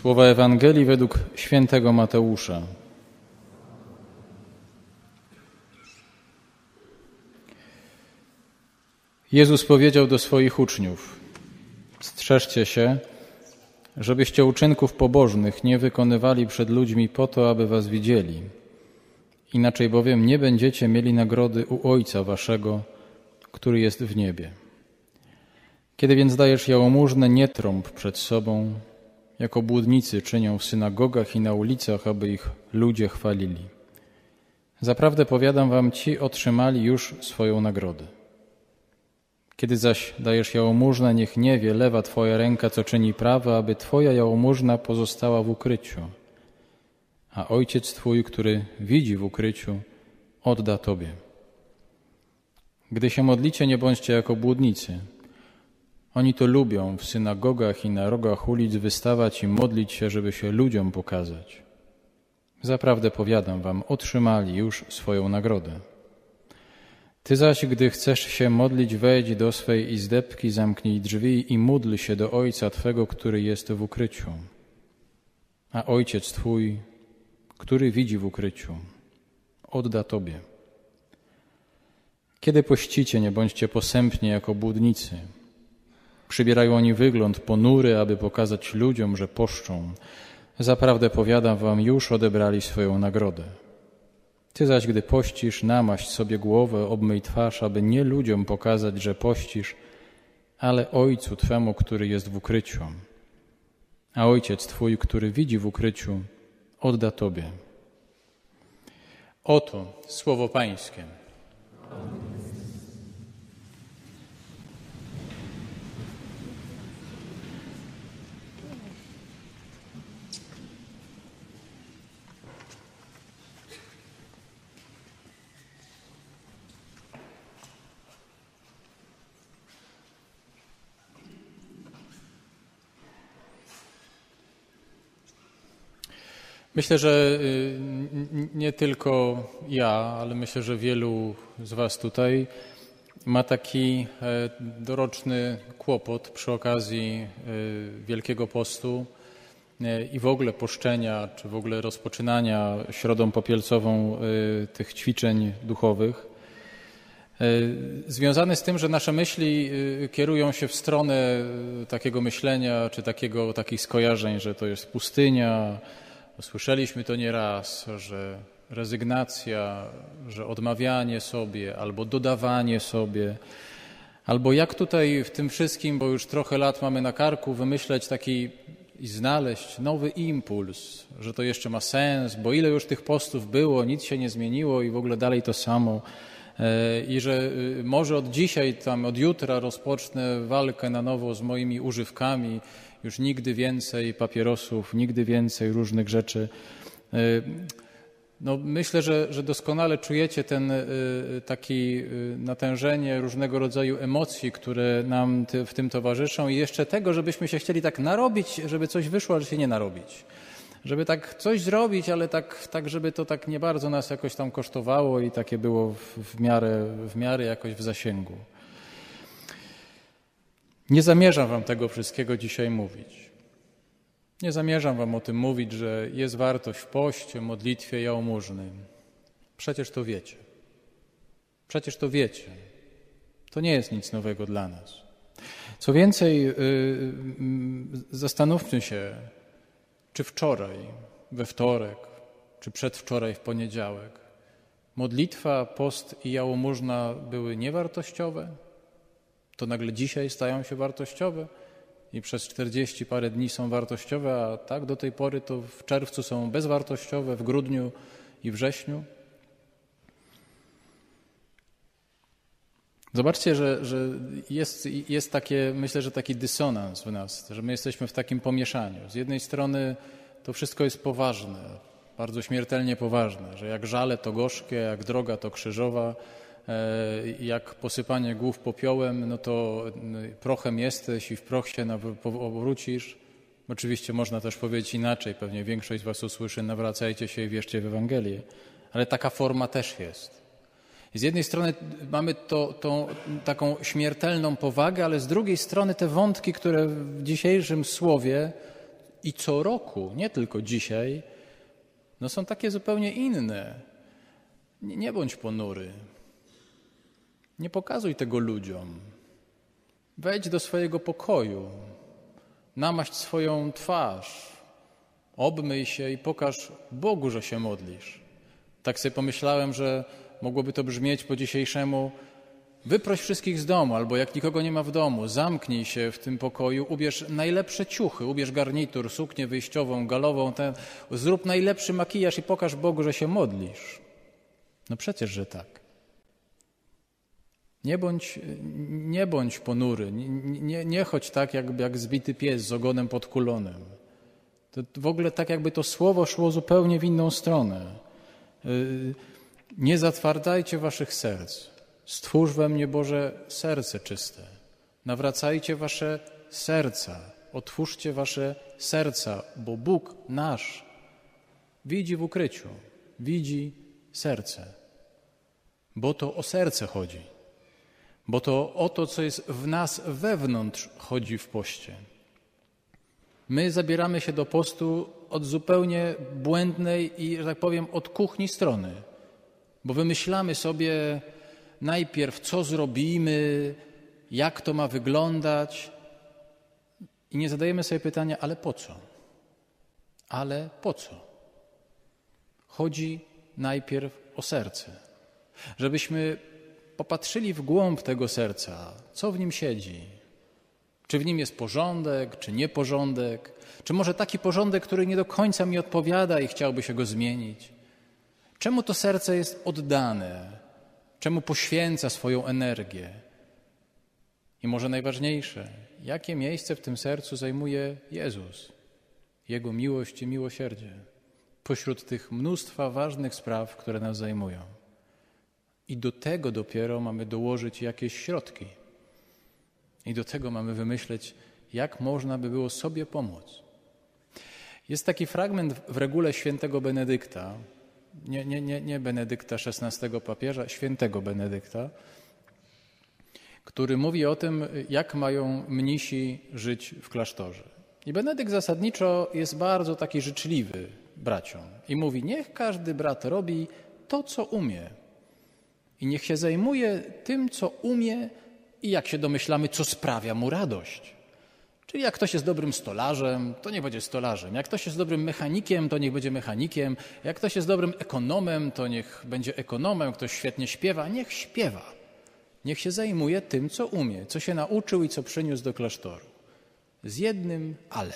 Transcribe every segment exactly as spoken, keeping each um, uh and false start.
Słowa Ewangelii według świętego Mateusza. Jezus powiedział do swoich uczniów: strzeżcie się, żebyście uczynków pobożnych nie wykonywali przed ludźmi po to, aby was widzieli. Inaczej bowiem nie będziecie mieli nagrody u Ojca waszego, który jest w niebie. Kiedy więc dajesz jałmużnę, nie trąb przed sobą, jak obłudnicy czynią w synagogach i na ulicach, aby ich ludzie chwalili. Zaprawdę powiadam wam, ci otrzymali już swoją nagrodę. Kiedy zaś dajesz jałmużnę, niech nie wie lewa twoja ręka, co czyni prawa, aby twoja jałmużna pozostała w ukryciu. A Ojciec twój, który widzi w ukryciu, odda tobie. Gdy się modlicie, nie bądźcie jak obłudnicy. Oni to lubią w synagogach i na rogach ulic wystawać i modlić się, żeby się ludziom pokazać. Zaprawdę powiadam wam, otrzymali już swoją nagrodę. Ty zaś, gdy chcesz się modlić, wejdź do swej izdebki, zamknij drzwi i módl się do Ojca Twego, który jest w ukryciu. A Ojciec Twój, który widzi w ukryciu, odda Tobie. Kiedy pościcie, nie bądźcie posępni jak obłudnicy. Przybierają oni wygląd ponury, aby pokazać ludziom, że poszczą. Zaprawdę powiadam wam, już odebrali swoją nagrodę. Ty zaś, gdy pościsz, namaść sobie głowę, obmyj twarz, aby nie ludziom pokazać, że pościsz, ale Ojcu Twemu, który jest w ukryciu. A Ojciec Twój, który widzi w ukryciu, odda Tobie. Oto słowo Pańskie. Myślę, że nie tylko ja, ale myślę, że wielu z was tutaj ma taki doroczny kłopot przy okazji Wielkiego Postu i w ogóle poszczenia, czy w ogóle rozpoczynania środą popielcową tych ćwiczeń duchowych. Związany z tym, że nasze myśli kierują się w stronę takiego myślenia, czy takiego, takich skojarzeń, że to jest pustynia. Słyszeliśmy to nieraz, że rezygnacja, że odmawianie sobie albo dodawanie sobie, albo jak tutaj w tym wszystkim, bo już trochę lat mamy na karku, wymyśleć taki i znaleźć nowy impuls, że to jeszcze ma sens, bo ile już tych postów było, nic się nie zmieniło i w ogóle dalej to samo. I że może od dzisiaj, tam od jutra rozpocznę walkę na nowo z moimi używkami, już nigdy więcej papierosów, nigdy więcej różnych rzeczy. No myślę, że, że doskonale czujecie ten taki natężenie różnego rodzaju emocji, które nam w tym towarzyszą i jeszcze tego, żebyśmy się chcieli tak narobić, żeby coś wyszło, ale się nie narobić. Żeby tak coś zrobić, ale tak, tak żeby to tak nie bardzo nas jakoś tam kosztowało i takie było w, w miarę, w miarę jakoś w zasięgu. Nie zamierzam wam tego wszystkiego dzisiaj mówić. Nie zamierzam wam o tym mówić, że jest wartość w poście, modlitwie, jałmużny. Przecież to wiecie. Przecież to wiecie. To nie jest nic nowego dla nas. Co więcej, yy, zastanówmy się, czy wczoraj, we wtorek, czy przedwczoraj, w poniedziałek, modlitwa, post i jałmużna były niewartościowe? To nagle dzisiaj stają się wartościowe i przez czterdzieści parę dni są wartościowe, a tak do tej pory to w czerwcu są bezwartościowe, w grudniu i wrześniu. Zobaczcie, że, że jest, jest takie, myślę, że taki dysonans w nas, że my jesteśmy w takim pomieszaniu. Z jednej strony to wszystko jest poważne, bardzo śmiertelnie poważne, że jak żale to gorzkie, jak droga to krzyżowa, jak posypanie głów popiołem, no to prochem jesteś i w proch się obrócisz. Oczywiście można też powiedzieć inaczej, pewnie większość z was usłyszy, nawracajcie się i wierzcie w Ewangelię, ale taka forma też jest. Z jednej strony mamy to, tą taką śmiertelną powagę, ale z drugiej strony te wątki, które w dzisiejszym słowie i co roku, nie tylko dzisiaj, no są takie zupełnie inne. Nie, nie bądź ponury. Nie pokazuj tego ludziom. Wejdź do swojego pokoju, namaść swoją twarz, obmyj się i pokaż Bogu, że się modlisz. Tak sobie pomyślałem, że mogłoby to brzmieć po dzisiejszemu: wyproś wszystkich z domu, albo jak nikogo nie ma w domu, zamknij się w tym pokoju, ubierz najlepsze ciuchy, ubierz garnitur, suknię wyjściową, galową, ten, zrób najlepszy makijaż i pokaż Bogu, że się modlisz. No przecież, że tak. Nie bądź, nie bądź ponury, nie, nie, nie chodź tak, jak, jak zbity pies z ogonem podkulonym. To w ogóle tak, jakby to słowo szło zupełnie w inną stronę. Nie zatwardajcie waszych serc. Stwórz we mnie, Boże, serce czyste. Nawracajcie wasze serca. Otwórzcie wasze serca, bo Bóg nasz widzi w ukryciu. Widzi serce. Bo to o serce chodzi. Bo to o to, co jest w nas wewnątrz, chodzi w poście. My zabieramy się do postu od zupełnie błędnej i, że tak powiem, od kuchni strony. Bo wymyślamy sobie najpierw, co zrobimy, jak to ma wyglądać i nie zadajemy sobie pytania, ale po co? Ale po co? Chodzi najpierw o serce. Żebyśmy popatrzyli w głąb tego serca, co w nim siedzi. Czy w nim jest porządek, czy nieporządek, czy może taki porządek, który nie do końca mi odpowiada i chciałby się go zmienić. Czemu to serce jest oddane? Czemu poświęca swoją energię? I może najważniejsze, jakie miejsce w tym sercu zajmuje Jezus, Jego miłość i miłosierdzie, pośród tych mnóstwa ważnych spraw, które nas zajmują. I do tego dopiero mamy dołożyć jakieś środki. I do tego mamy wymyśleć, jak można by było sobie pomóc. Jest taki fragment w regule świętego Benedykta, nie, nie, nie, nie Benedykta szesnastego papieża, świętego Benedykta, który mówi o tym, jak mają mnisi żyć w klasztorze. I Benedykt zasadniczo jest bardzo taki życzliwy braciom i mówi: niech każdy brat robi to, co umie. I niech się zajmuje tym, co umie i, jak się domyślamy, co sprawia mu radość. Czyli jak ktoś jest dobrym stolarzem, to niech będzie stolarzem. Jak ktoś jest dobrym mechanikiem, to niech będzie mechanikiem. Jak ktoś jest dobrym ekonomem, to niech będzie ekonomem. Ktoś świetnie śpiewa, niech śpiewa. Niech się zajmuje tym, co umie, co się nauczył i co przyniósł do klasztoru. Z jednym ale.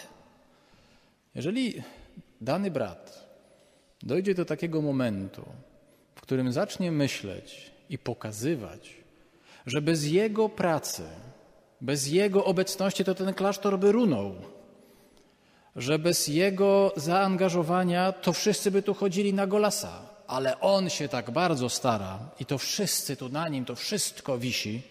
Jeżeli dany brat dojdzie do takiego momentu, w którym zacznie myśleć i pokazywać, że bez jego pracy, bez jego obecności to ten klasztor by runął, że bez jego zaangażowania to wszyscy by tu chodzili na golasa, ale on się tak bardzo stara i to wszyscy tu na nim, to wszystko wisi,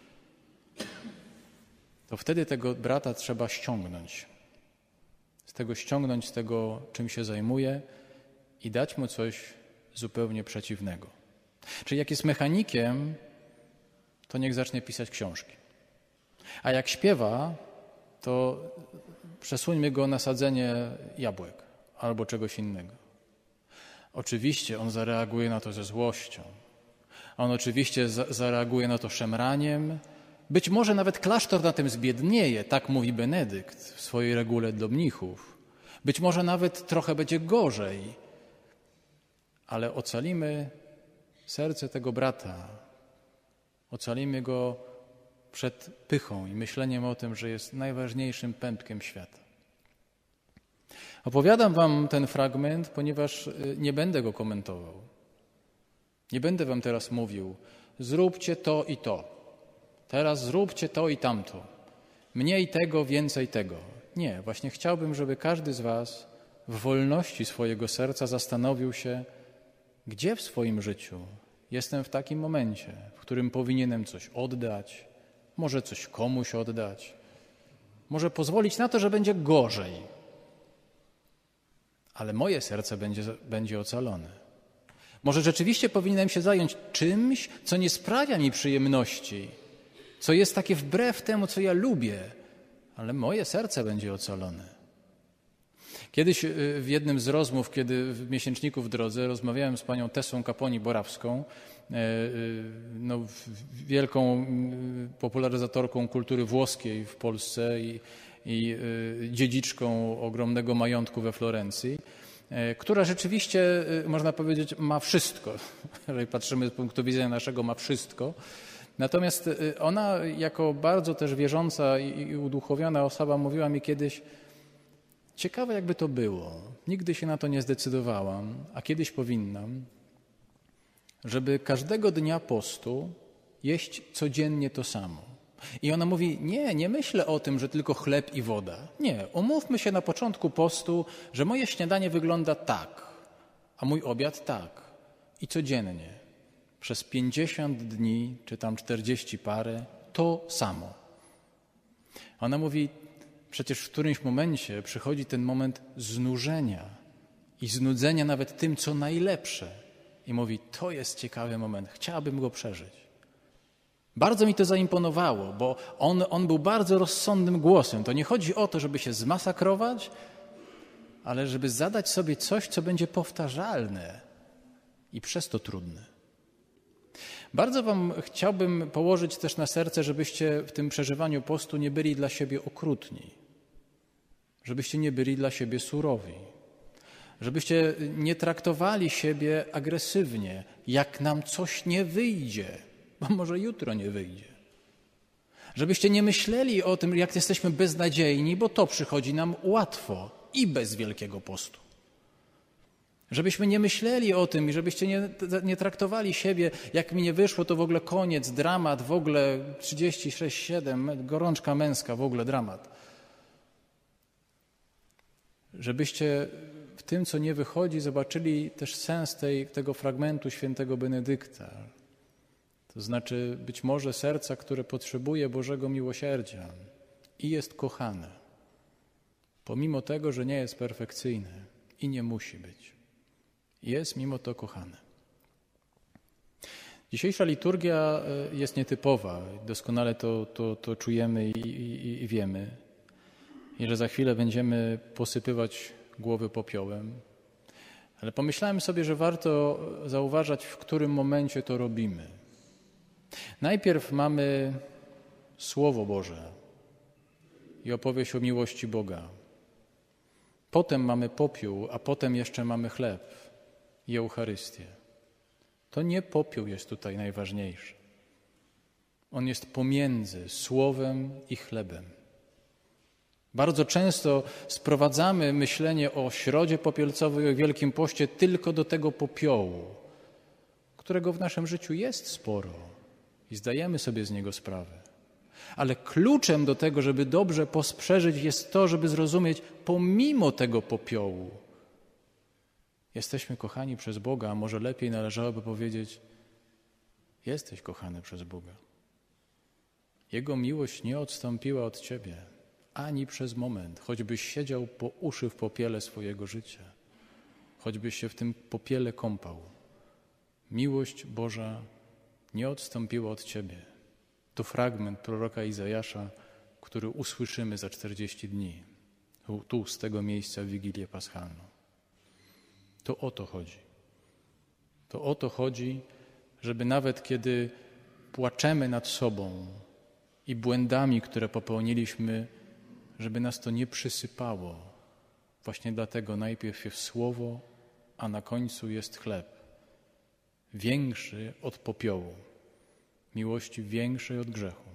to wtedy tego brata trzeba ściągnąć. Z tego ściągnąć, z tego, czym się zajmuje i dać mu coś zupełnie przeciwnego. Czyli jak jest mechanikiem, to niech zacznie pisać książki. A jak śpiewa, to przesuńmy go na sadzenie jabłek albo czegoś innego. Oczywiście on zareaguje na to ze złością. On oczywiście za- zareaguje na to szemraniem. Być może nawet klasztor na tym zbiednieje, tak mówi Benedykt w swojej regule dla mnichów. Być może nawet trochę będzie gorzej, ale ocalimy serce tego brata. Ocalimy go przed pychą i myśleniem o tym, że jest najważniejszym pępkiem świata. Opowiadam wam ten fragment, ponieważ nie będę go komentował. Nie będę wam teraz mówił: zróbcie to i to. Teraz zróbcie to i tamto. Mniej tego, więcej tego. Nie, właśnie chciałbym, żeby każdy z was w wolności swojego serca zastanowił się, gdzie w swoim życiu jestem w takim momencie, w którym powinienem coś oddać, może coś komuś oddać, może pozwolić na to, że będzie gorzej, ale moje serce będzie, będzie ocalone. Może rzeczywiście powinienem się zająć czymś, co nie sprawia mi przyjemności, co jest takie wbrew temu, co ja lubię, ale moje serce będzie ocalone. Kiedyś w jednym z rozmów, kiedy w miesięczniku w drodze, rozmawiałem z panią Tessą Caponi-Borawską, no, wielką popularyzatorką kultury włoskiej w Polsce i, i dziedziczką ogromnego majątku we Florencji, która rzeczywiście, można powiedzieć, ma wszystko. Jeżeli patrzymy z punktu widzenia naszego, ma wszystko. Natomiast ona jako bardzo też wierząca i uduchowiona osoba mówiła mi kiedyś: ciekawe, jakby to było. Nigdy się na to nie zdecydowałam, a kiedyś powinnam, żeby każdego dnia postu jeść codziennie to samo. I ona mówi: nie, nie myślę o tym, że tylko chleb i woda. Nie, umówmy się na początku postu, że moje śniadanie wygląda tak, a mój obiad tak. I codziennie, przez pięćdziesiąt dni, czy tam czterdzieści parę, to samo. Ona mówi: przecież w którymś momencie przychodzi ten moment znużenia i znudzenia nawet tym, co najlepsze. I mówi: to jest ciekawy moment, chciałabym go przeżyć. Bardzo mi to zaimponowało, bo on, on był bardzo rozsądnym głosem. To nie chodzi o to, żeby się zmasakrować, ale żeby zadać sobie coś, co będzie powtarzalne i przez to trudne. Bardzo wam chciałbym położyć też na serce, żebyście w tym przeżywaniu postu nie byli dla siebie okrutni, żebyście nie byli dla siebie surowi, żebyście nie traktowali siebie agresywnie, jak nam coś nie wyjdzie, bo może jutro nie wyjdzie. Żebyście nie myśleli o tym, jak jesteśmy beznadziejni, bo to przychodzi nam łatwo i bez Wielkiego Postu. Żebyśmy nie myśleli o tym i żebyście nie, nie traktowali siebie, jak mi nie wyszło, to w ogóle koniec, dramat, w ogóle trzydzieści sześć siedem, gorączka męska, w ogóle dramat. Żebyście w tym, co nie wychodzi, zobaczyli też sens tej, tego fragmentu świętego Benedykta. To znaczy być może serca, które potrzebuje Bożego miłosierdzia i jest kochane, pomimo tego, że nie jest perfekcyjne i nie musi być. Jest mimo to kochane. Dzisiejsza liturgia jest nietypowa. Doskonale to, to, to czujemy i, i, i wiemy. I że za chwilę będziemy posypywać głowy popiołem. Ale pomyślałem sobie, że warto zauważać, w którym momencie to robimy. Najpierw mamy Słowo Boże i opowieść o miłości Boga. Potem mamy popiół, a potem jeszcze mamy chleb i Eucharystię. To nie popiół jest tutaj najważniejszy. On jest pomiędzy słowem i chlebem. Bardzo często sprowadzamy myślenie o środzie popielcowej, o Wielkim Poście tylko do tego popiołu, którego w naszym życiu jest sporo i zdajemy sobie z niego sprawę. Ale kluczem do tego, żeby dobrze post przeżyć, jest to, żeby zrozumieć, pomimo tego popiołu jesteśmy kochani przez Boga, a może lepiej należałoby powiedzieć: jesteś kochany przez Boga. Jego miłość nie odstąpiła od ciebie ani przez moment, choćbyś siedział po uszy w popiele swojego życia, choćbyś się w tym popiele kąpał. Miłość Boża nie odstąpiła od ciebie. To fragment proroka Izajasza, który usłyszymy za czterdzieści dni, tu z tego miejsca w Wigilię Paschalną. To o to chodzi. To o to chodzi, żeby nawet kiedy płaczemy nad sobą i błędami, które popełniliśmy, żeby nas to nie przysypało. Właśnie dlatego najpierw jest słowo, a na końcu jest chleb. Większy od popiołu, miłości większej od grzechu.